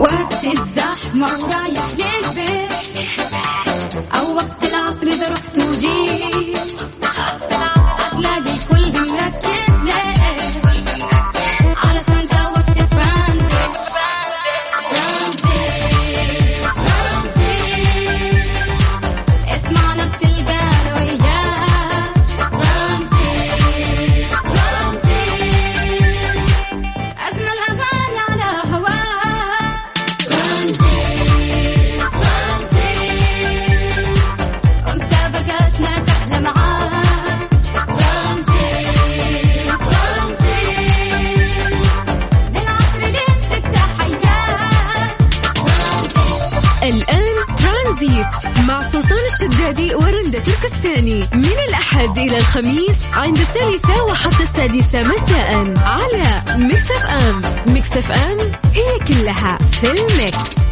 وقت الزحمة ورايح للبيت أو وقت العصر إذا رحت وجيت هتلاقي كل مركز ليش علشان جوك اسمع نفس القال وياك أجمل أغاني على هواك ومسابقاتنا تحلى معاك للعصر للست حياك. الآن ترانزيت مع سلطان الشدادي ورندا تركستاني من الأحد إلى الخميس عند 3 وحتى 6 مساء على ميكس اف ام. ميكس اف ام هي كلها في الميكس.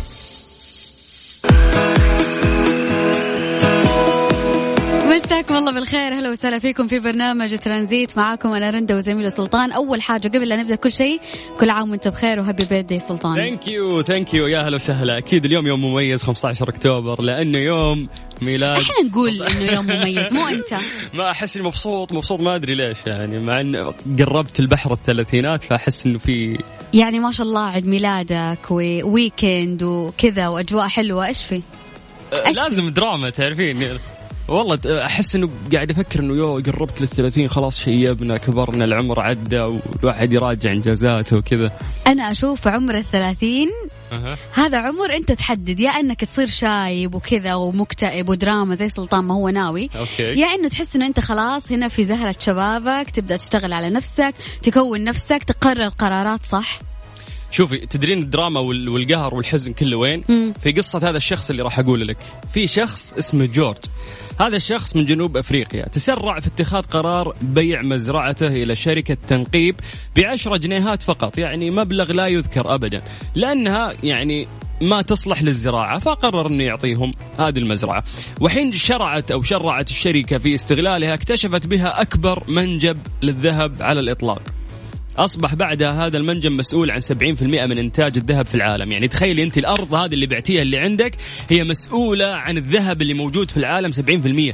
مساكم الله بالخير، هلا وسهلا فيكم في برنامج ترانزيت. معاكم أنا رندا وزميلة سلطان. أول حاجة قبل لا نبدأ كل شيء، كل عام وانت بخير وهابي بيرثدي سلطان. ثانك يو يا هلا وسهلا. أكيد اليوم يوم مميز 15 أكتوبر لأنه يوم ميلاد. احنا نقول إنه يوم مميز مو أنت. ما أحس إني مبسوط ما أدري ليش يعني، مع إن قربت البحر الثلاثينات فأحس إنه في يعني ما شاء الله عيد ميلادك وويكند وكذا وأجواء حلوة. إيش في؟ لازم دراما تعرفين والله. أحس إنه قاعد أفكر إنه قربت لل30 خلاص شيبنا كبرنا العمر عدى والواحد يراجع إنجازاته وكذا. أنا أشوف عمر 30 هذا عمر أنت تحدد، يا أنك تصير شايب وكذا ومكتئب ودراما زي سلطان ما هو ناوي، يا أنه تحس إنه أنت خلاص هنا في زهرة شبابك، تبدأ تشتغل على نفسك، تكون نفسك، تقرر قرارات صح. شوفي تدرين الدراما والقهر والحزن كله وين؟ في قصة هذا الشخص اللي راح أقول لك. في شخص اسمه جورج، هذا الشخص من جنوب أفريقيا تسرع في اتخاذ قرار بيع مزرعته إلى شركة تنقيب ب10 جنيهات فقط، يعني مبلغ لا يذكر أبدا، لأنها يعني ما تصلح للزراعة، فقرر أنه يعطيهم هذه المزرعة. وحين شرعت الشركة في استغلالها اكتشفت بها أكبر منجم للذهب على الإطلاق. أصبح بعدها هذا المنجم مسؤول عن 70% من إنتاج الذهب في العالم. يعني تخيلي أنت الأرض هذه اللي بعتيها اللي عندك هي مسؤولة عن الذهب اللي موجود في العالم 70%.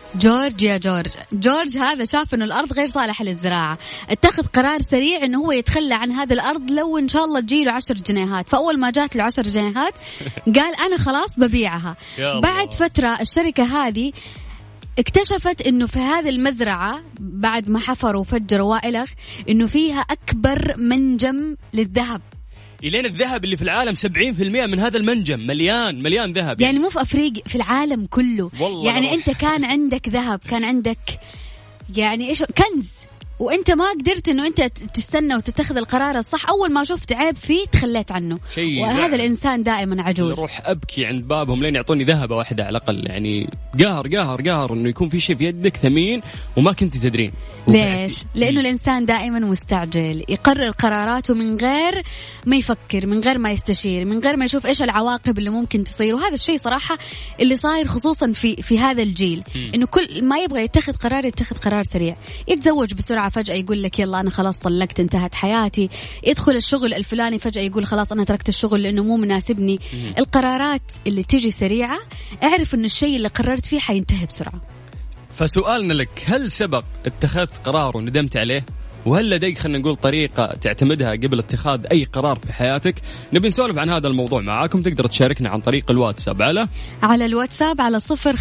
جورج هذا شاف إنه الأرض غير صالحة للزراعة، اتخذ قرار سريع إنه هو يتخلى عن هذه الأرض لو إن شاء الله تجيله 10 جنيهات. فأول ما جات له 10 جنيهات قال أنا خلاص ببيعها. بعد فترة الشركة هذه اكتشفت انه في هذه المزرعة بعد ما حفروا وفجروا وائلخ انه فيها اكبر منجم للذهب. إلين الذهب اللي في العالم 70% من هذا المنجم مليان ذهب. يعني مو في أفريقيا، في العالم كله. يعني انت كان عندك ذهب، كان عندك يعني ايش كنز، وانت ما قدرت انه انت تستنى وتتخذ القرار الصح. اول ما شفت عيب فيه تخليت عنه. وهذا الانسان دائما عجول. اروح ابكي عند بابهم لين يعطوني ذهبه واحده على الاقل. يعني قهر انه يكون في شيء في يدك ثمين وما كنت تدرين. ليش؟ لانه الانسان دائما مستعجل، يقرر قراراته من غير ما يفكر، من غير ما يستشير، من غير ما يشوف ايش العواقب اللي ممكن تصير. وهذا الشيء صراحه اللي صاير خصوصا في هذا الجيل، انه كل ما يبغى يتخذ قرار سريع. يتزوج بسرعه فجأة يقول لك يلا أنا خلاص طلقت انتهت حياتي، يدخل الشغل الفلاني فجأة يقول خلاص أنا تركت الشغل لأنه مو مناسبني. القرارات اللي تيجي سريعة اعرف أن الشيء اللي قررت فيه حينتهي بسرعة. فسؤالنا لك، هل سبق اتخذت قرار وندمت عليه؟ وهل لديك خلينا نقول طريقة تعتمدها قبل اتخاذ أي قرار في حياتك؟ نبي نسولف عن هذا الموضوع معاكم. تقدر تشاركنا عن طريق الواتساب على الواتساب على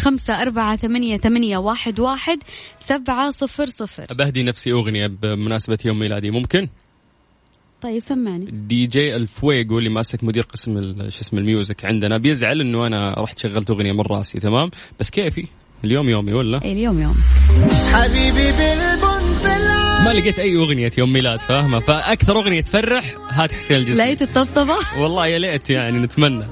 0548811700. بهدي نفسي أغنية بمناسبة يوم ميلادي، ممكن؟ طيب سمعني. دي جي الفويغو اللي ماسك مدير قسم اسم الميوزك عندنا بيزعل إنه أنا رحت شغلت أغنية من راسي، تمام؟ بس كيفي اليوم يومي ولا؟ اليوم حبيبي ما لقيت أي أغنية يوم ميلاد فاهمة، فأكثر أغنية تفرح هات حسين الجسمي. لقيت الطبطبة والله يا ليت يعني نتمنى.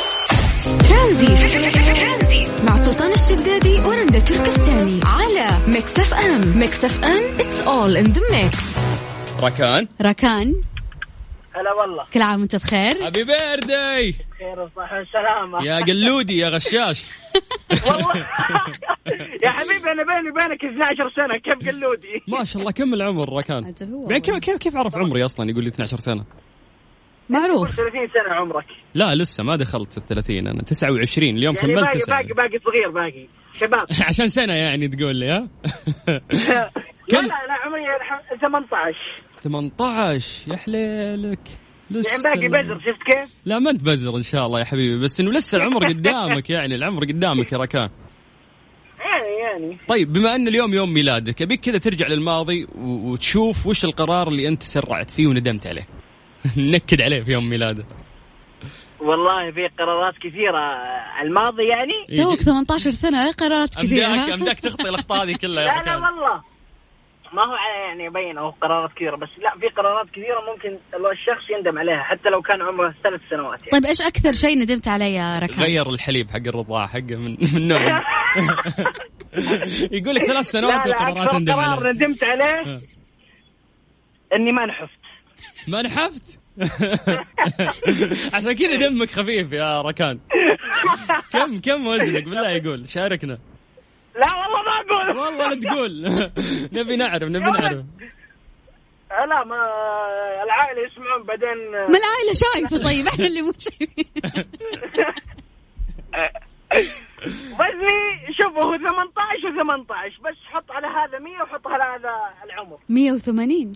ترانزيت مع سلطان الشدادي ورندا تركستاني على ميكس اف ام. It's all in the mix. ركان هلا والله، كل عام وانت بخير. هابي بيرداي. خير والصحة والسلامة يا قلودي يا غشاش. والله يا حبيبي أنا بيني وبينك 12 سنة، كيف قلودي؟ ما شاء الله كم العمر ركان؟ كيف عرف عمري أصلا يقول لي 12 سنة؟ معروف. 30 سنة عمرك. لا لسه ما دخلت 30، أنا 29 اليوم يعني كملت 9. باقي صغير باقي شباب. عشان سنة يعني تقول لي ها؟ لا عمري 18. 18 يا حليلك لسه. يعني باقي بزر، شفت كيف؟ لا ما انت بزر ان شاء الله يا حبيبي، بس انه لسه العمر قدامك يعني العمر قدامك يا ركان. يعني طيب بما ان اليوم يوم ميلادك ابيك كذا ترجع للماضي وتشوف وش القرار اللي انت سرعت فيه وندمت عليه. نكد عليه في يوم ميلاده. والله في قرارات كثيرة على الماضي يعني. توك 18 سنة قرارات كثيرة. أمداك تخطي الأخطاء دي كلها. لا والله ما هو يعني يبين أو قرارات كثيرة، بس لا في قرارات كثيرة ممكن الشخص يندم عليها حتى لو كان عمره 3 سنوات يعني. طيب إيش أكثر شيء ندمت عليه يا ركان؟ غير الحليب حق الرضاعة حقه من نوع. يقول لك 3 سنوات وقرارات ندم عليها. قرار ندمت عليه إني ما نحفت. عشان كذا دمك خفيف يا ركان. كم وزنك بالله يقول شاركنا. لا والله ما أقول. والله لا تقول. نبي نعرف. لا ما العائلة يسمعون بعدين. ما العائلة شايفة. طيب احنا اللي مو شايفين. وزني شوفوا 18 بس حط على هذا 100 وحط على هذا العمر 180.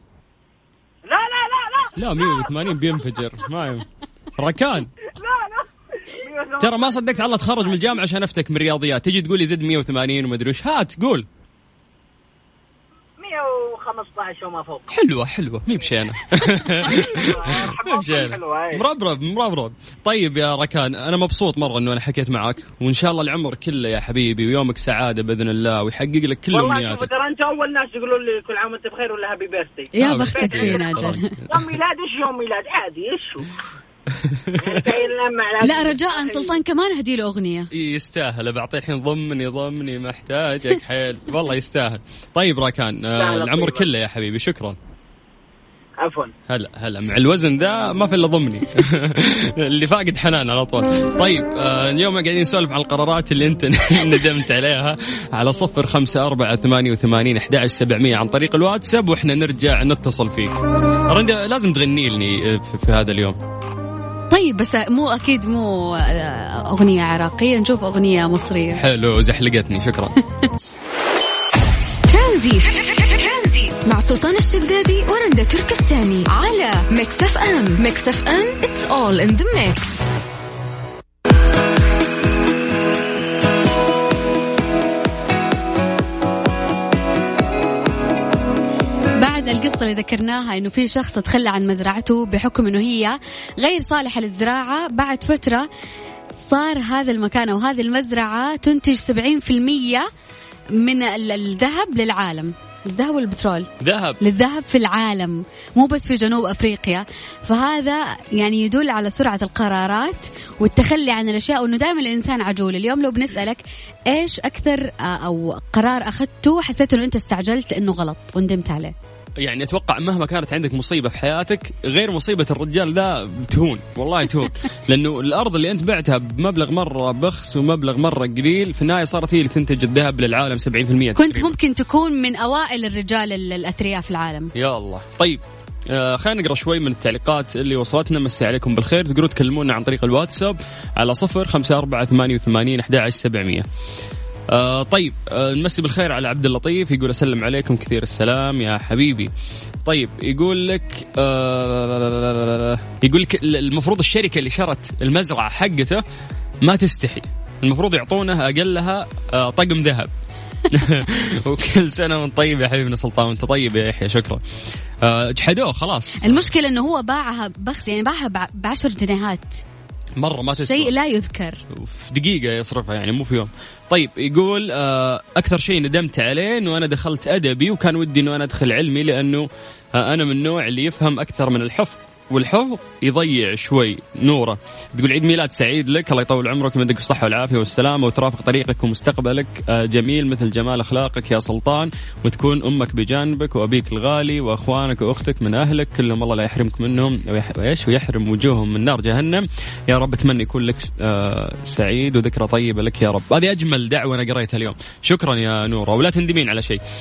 لا 180 بينفجر ما ركان. لا ترى ما صدقت الله تخرج من الجامعة عشان أفتك من الرياضيات تيجي تقول لي زد 180 وما أدري وش. هات قول 115 وما فوق. حلوة مي بشينة. مربرب. طيب يا ركان أنا مبسوط مرة إنه أنا حكيت معك، وإن شاء الله العمر كله يا حبيبي ويومك سعادة بإذن الله ويحقق لك كل أمنياتك. والله ترى أنت أول ناس يقولوا لي كل عام وأنت بخير ولا هابي بيرثدي. يا بختك فينا أجل. يوم ميلاد إيش يوم ميلاد عادي إيش هو. لا رجاء سلطان كمان هدي له أغنية. يستاهل بعطيه الحين ضمني محتاجك حيل والله يستاهل. طيب راكان العمر كله يا حبيبي شكرا. عفوا. هلا مع الوزن ذا ما في الا ضمني. اللي فاقد حنان على طول. طيب اليوم قاعدين نسولف عن القرارات اللي انت ندمت عليها على 0548811700 عن طريق الواتساب، واحنا نرجع نتصل فيك. رندا لازم تغني لي في هذا اليوم. طيب بس مو أكيد مو أغنية عراقية، نشوف أغنية مصرية. حلو زحلقتني شكرا. ترانزيت مع سلطان الشدادي ورندا تركستاني على ميكس اف ام. It's all in the mix. القصة اللي ذكرناها إنه في شخص تخلى عن مزرعته بحكم إنه هي غير صالحة للزراعة، بعد فترة صار هذا المكان أو هذه المزرعة تنتج 70% من الذهب للعالم. الذهب والبترول للذهب في العالم، مو بس في جنوب أفريقيا. فهذا يعني يدل على سرعة القرارات والتخلي عن الأشياء، وإنه دائما الإنسان عجول. اليوم لو بنسألك إيش أكثر أو قرار أخذته حسيت إنه أنت استعجلت إنه غلط وندمت عليه؟ يعني أتوقع مهما كانت عندك مصيبة في حياتك غير مصيبة الرجال ذا تهون، والله تهون. لأنه الأرض اللي أنت بعتها بمبلغ مرة بخس ومبلغ مرة قليل في النهاية صارت هي اللي تنتج الذهب للعالم 70%. كنت ممكن تكون من أوائل الرجال الأثرياء في العالم. يا الله. طيب خلينا نقرأ شوي من التعليقات اللي وصلتنا. مسي عليكم بالخير. تقدروا تكلمونا عن طريق الواتساب على 0548811700. طيب نمسي بالخير على عبد اللطيف، يقول أسلم عليكم كثير السلام يا حبيبي. طيب يقول لك المفروض الشركة اللي شرت المزرعة حقته ما تستحي، المفروض يعطونه أقلها طقم ذهب. وكل سنة وانت طيب يا حبيبنا سلطان. وانت طيب يا يحيى شكرا. جحدوه خلاص. المشكلة انه هو باعها بخس، يعني باعها ب10 جنيهات مرة ما تسوى، شيء لا يذكر، في دقيقة يصرفها يعني مو في يوم. طيب يقول أكثر شيء ندمت عليه أنه أنا دخلت أدبي وكان ودي أنه أنا أدخل علمي، لأنه أنا من النوع اللي يفهم أكثر من الحفظ، والحفظ يضيع شوي نوره. تقول عيد ميلاد سعيد لك، الله يطول عمرك ويمدك بالصحة والعافية والسلامة وترافق طريقك ومستقبلك جميل مثل جمال أخلاقك يا سلطان، وتكون أمك بجانبك وأبيك الغالي وأخوانك وأختك من أهلك كلهم الله لا يحرمك منهم ويحرم وجوههم من نار جهنم يا رب. أتمنى يكون لك سعيد وذكرى طيبة لك يا رب. هذه أجمل دعوة أنا قريتها اليوم. شكرا يا نورة، ولا تندمين على شيء.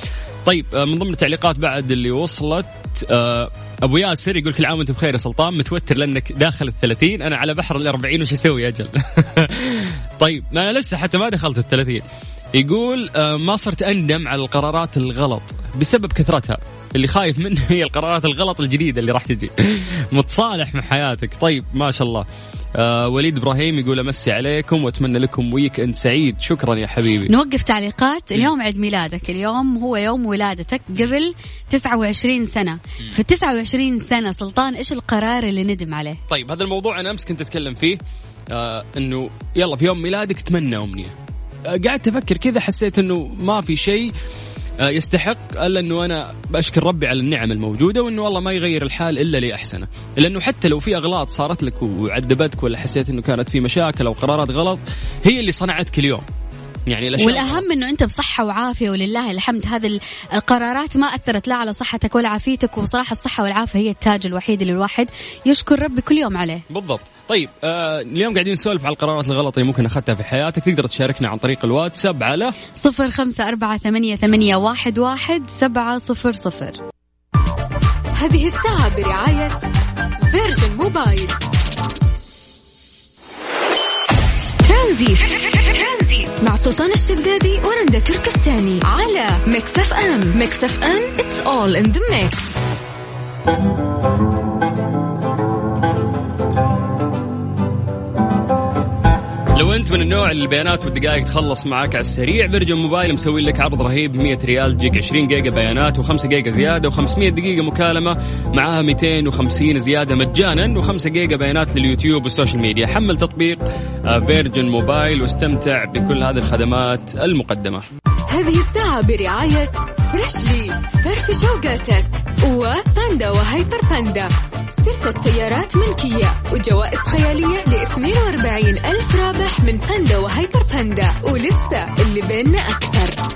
طيب من ضمن التعليقات بعد اللي وصلت أبو ياسر يقول كل عام وأنت بخير يا سلطان، متوتر لأنك داخل 30، أنا على بحر 40 وش أسوي أجل. طيب أنا لسه حتى ما دخلت 30. يقول ما صرت أندم على القرارات الغلط بسبب كثرتها، اللي خايف منه هي القرارات الغلط الجديدة اللي راح تجي. متصالح مع حياتك. طيب ما شاء الله. وليد إبراهيم يقول أمسي عليكم وأتمنى لكم ويك أند سعيد. شكرا يا حبيبي. نوقف تعليقات. اليوم عيد ميلادك، اليوم هو يوم ولادتك قبل 29 سنة. في 29 سنة سلطان إيش القرار اللي ندم عليه؟ طيب هذا الموضوع أنا أمس كنت أتكلم فيه، إنه يلا في يوم ميلادك تمنى أمنية. قعدت أفكر كذا، حسيت إنه ما في شيء يستحق إلا أنه أنا بأشكر ربي على النعم الموجودة، وأنه والله ما يغير الحال إلا لأحسنه. لأنه حتى لو في أغلاط صارت لك وعذبتك ولا حسيت أنه كانت في مشاكل أو قرارات غلط، هي اللي صنعتك اليوم. يعني والأهم أنه أنت بصحة وعافية ولله الحمد. هذه القرارات ما أثرت لا على صحتك ولا عافيتك، وصراحة الصحة والعافية هي التاج الوحيد اللي الواحد يشكر ربي كل يوم عليه. بالضبط. طيب اليوم قاعدين نسولف على القرارات الغلط اللي ممكن أخذتها في حياتك. تقدر تشاركنا عن طريق الواتساب على 0548811700. هذه الساعة برعاية فيرجن موبايل. ترانزيت مع سلطان الشدادي ورندا تركستاني على ميكس اف ام. ميكس اف ام it's all in the mix. لو أنت من النوع اللي البيانات والدقائق تخلص معاك على السريع، فيرجن موبايل مسوي لك عرض رهيب. 100 ريال تجيك 20 جيجا بيانات و5 جيجا زيادة و500 دقيقة مكالمة، معها 250 زيادة مجانا و5 جيجا بيانات لليوتيوب والسوشيال ميديا. حمل تطبيق فيرجن موبايل واستمتع بكل هذه الخدمات المقدمة. هذه الساعة برعاية فريشلي فرف شوقاتك وباندا وهيبر باندا. 6 سيارات ملكية وجوائز خيالية ل42,000 رابح من باندا وهيبر باندا، ولسه اللي بيننا أكثر.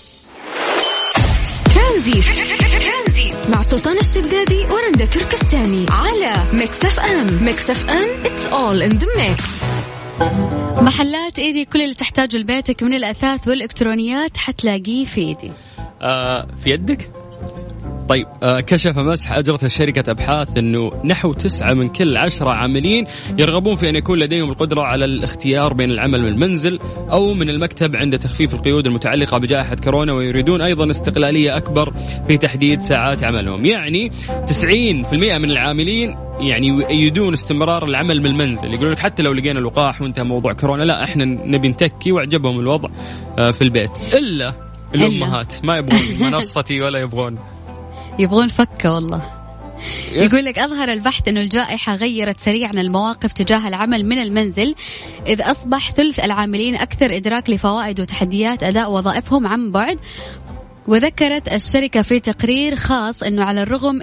ترانزيت مع سلطان الشدادي ورندا تركستاني على ميكس اف ام. ميكس اف ام it's all in the mix. محلات إيدي، كل اللي تحتاجه لبيتك من الأثاث والإلكترونيات حتلاقيه في إيدي. في يدك. طيب كشف مسح أجرت شركة أبحاث أنه نحو 9 من كل 10 عاملين يرغبون في أن يكون لديهم القدرة على الاختيار بين العمل من المنزل أو من المكتب عند تخفيف القيود المتعلقة بجائحة كورونا، ويريدون أيضا استقلالية أكبر في تحديد ساعات عملهم. يعني 90% من العاملين يعني يؤيدون استمرار العمل من المنزل. يقولون لك حتى لو لقينا لقاح وانتهى موضوع كورونا، لا احنا نبي نتكي، وعجبهم الوضع في البيت. إلا الأمهات ما يبغون منصتي ولا يبغون فكة والله. يقول لك أظهر البحث أن الجائحة غيرت سريعا المواقف تجاه العمل من المنزل، إذ أصبح ثلث العاملين أكثر إدراك لفوائد وتحديات أداء وظائفهم عن بعد. وذكرت الشركة في تقرير خاص أنه على الرغم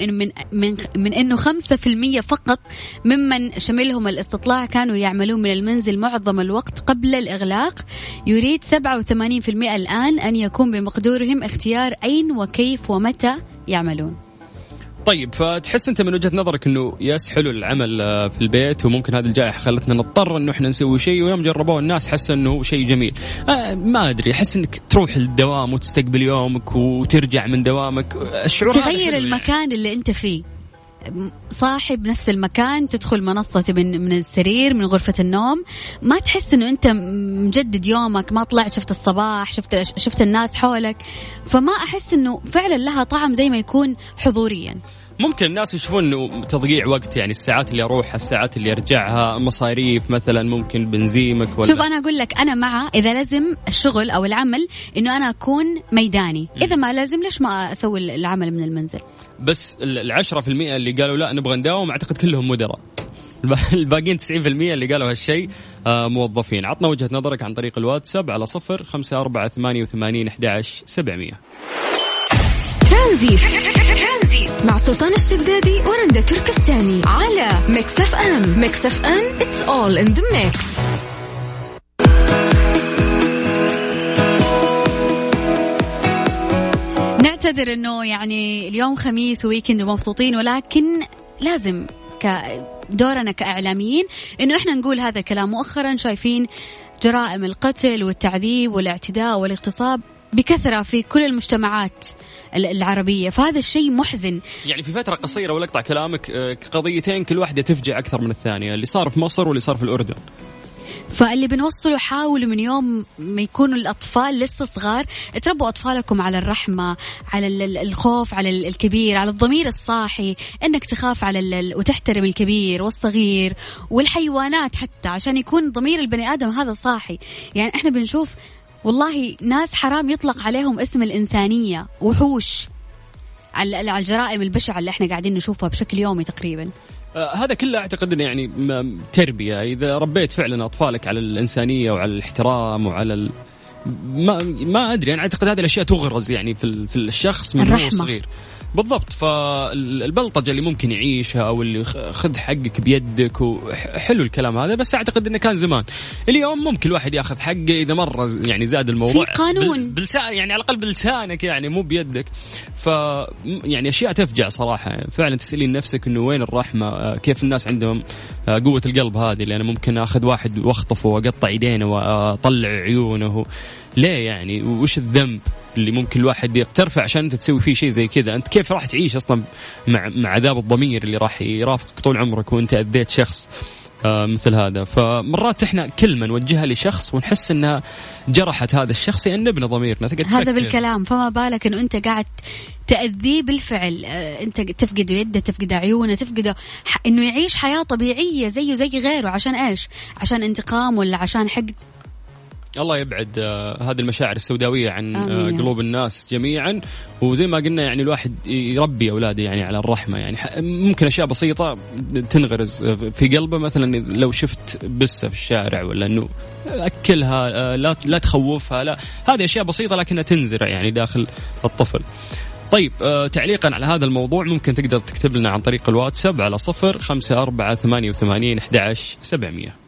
من أنه 5% فقط ممن شملهم الاستطلاع كانوا يعملون من المنزل معظم الوقت قبل الإغلاق، يريد 87% الآن أن يكون بمقدورهم اختيار أين وكيف ومتى يعملون. طيب فتحس أنت من وجهة نظرك أنه حلو العمل في البيت، وممكن هذه الجائحة خلتنا نضطر أنه إحنا نسوي شيء، ويوم جربوه الناس حسوا أنه شيء جميل. ما أدري، أحس أنك تروح الدوام وتستقبل يومك وترجع من دوامك، الشعور تغير المكان اللي أنت فيه، صاحب نفس المكان، تدخل منصة من السرير من غرفة النوم، ما تحس أنه أنت مجدد يومك، ما طلعت شفت الصباح، شفت الناس حولك. فما أحس أنه فعلا لها طعم زي ما يكون حضوريا. ممكن الناس يشوفون انه تضييع وقت، يعني الساعات اللي اروحها الساعات اللي ارجعها، مصاريف مثلا، ممكن بنزيمك ولا. شوف انا اقول لك، انا مع اذا لازم الشغل او العمل انه انا اكون ميداني، اذا ما لازم ليش ما اسوي العمل من المنزل. بس 10% اللي قالوا لا نبغى نداوم اعتقد كلهم مدراء، الباقيين 90% اللي قالوا هالشيء موظفين. عطنا وجهة نظرك عن طريق الواتساب على 0548811700. ترانزيت مع سلطان الشدادي ورندا تركستاني على ميكس اف ام. ميكس اف ام it's all in the mix. نعتذر انه يعني اليوم خميس وويكند ومبسوطين، ولكن لازم دورنا كإعلاميين انه احنا نقول هذا الكلام. مؤخرا شايفين جرائم القتل والتعذيب والاعتداء والاغتصاب بكثرة في كل المجتمعات العربية، فهذا الشيء محزن. يعني في فترة قصيرة ولا أقطع كلامك، قضيتين كل واحدة تفجع أكثر من الثانية، اللي صار في مصر واللي صار في الأردن. فاللي بنوصله حاولوا من يوم ما يكونوا الأطفال لسه صغار تربوا أطفالكم على الرحمة، على الخوف على الكبير، على الضمير الصاحي، إنك تخاف على وتحترم الكبير والصغير والحيوانات حتى، عشان يكون ضمير البني آدم هذا صاحي. يعني إحنا بنشوف والله ناس حرام يطلق عليهم اسم الإنسانية، وحوش على الجرائم البشعة اللي إحنا قاعدين نشوفها بشكل يومي تقريبا. هذا كله أعتقد أنه يعني تربية. إذا ربيت فعلا أطفالك على الإنسانية وعلى الاحترام وعلى ما أدري، أنا أعتقد هذه الأشياء تغرز يعني في الشخص من هو صغير. بالضبط. فالبلطجة اللي ممكن يعيشها أو اللي خذ حقك بيدك وحلو الكلام هذا، بس أعتقد إنه كان زمان. اليوم ممكن الواحد يأخذ حقه إذا مرة يعني زاد الموضوع في قانون يعني على الأقل بلسانك، يعني مو بيدك. يعني أشياء تفجع صراحة. فعلا تسألين نفسك إنه وين الرحمة؟ كيف الناس عندهم قوة القلب هذه اللي أنا ممكن أخذ واحد واخطفه وأقطع يدينه وأطلع عيونه؟ ليه يعني؟ وش الذنب اللي ممكن الواحد ترفع عشان أنت تسوي فيه شيء زي كذا؟ أنت كيف راح تعيش أصلا مع عذاب الضمير اللي راح يرافقك طول عمرك وأنت أذيت شخص مثل هذا؟ فمرات إحنا كلمة نوجهها لشخص ونحس إنها جرحت هذا الشخص، يأنبنا ضميرنا. هذا بالكلام، فما بالك إنه أنت قاعد تأذيه بالفعل. أنت تفقد يده، تفقد عيونه، تفقده إنه يعيش حياة طبيعية زيه زي غيره. عشان إيش؟ عشان انتقام ولا عشان حقد؟ الله يبعد هذه المشاعر السوداوية عن قلوب الناس جميعا. وزي ما قلنا يعني الواحد يربي أولاده يعني على الرحمة. يعني ممكن أشياء بسيطة تنغرز في قلبه، مثلا لو شفت بسة في الشارع ولا أنه أكلها، لا تخوفها، لا، هذه أشياء بسيطة لكنها تنزرع يعني داخل الطفل. طيب تعليقا على هذا الموضوع ممكن تقدر تكتب لنا عن طريق الواتساب على 0548811700.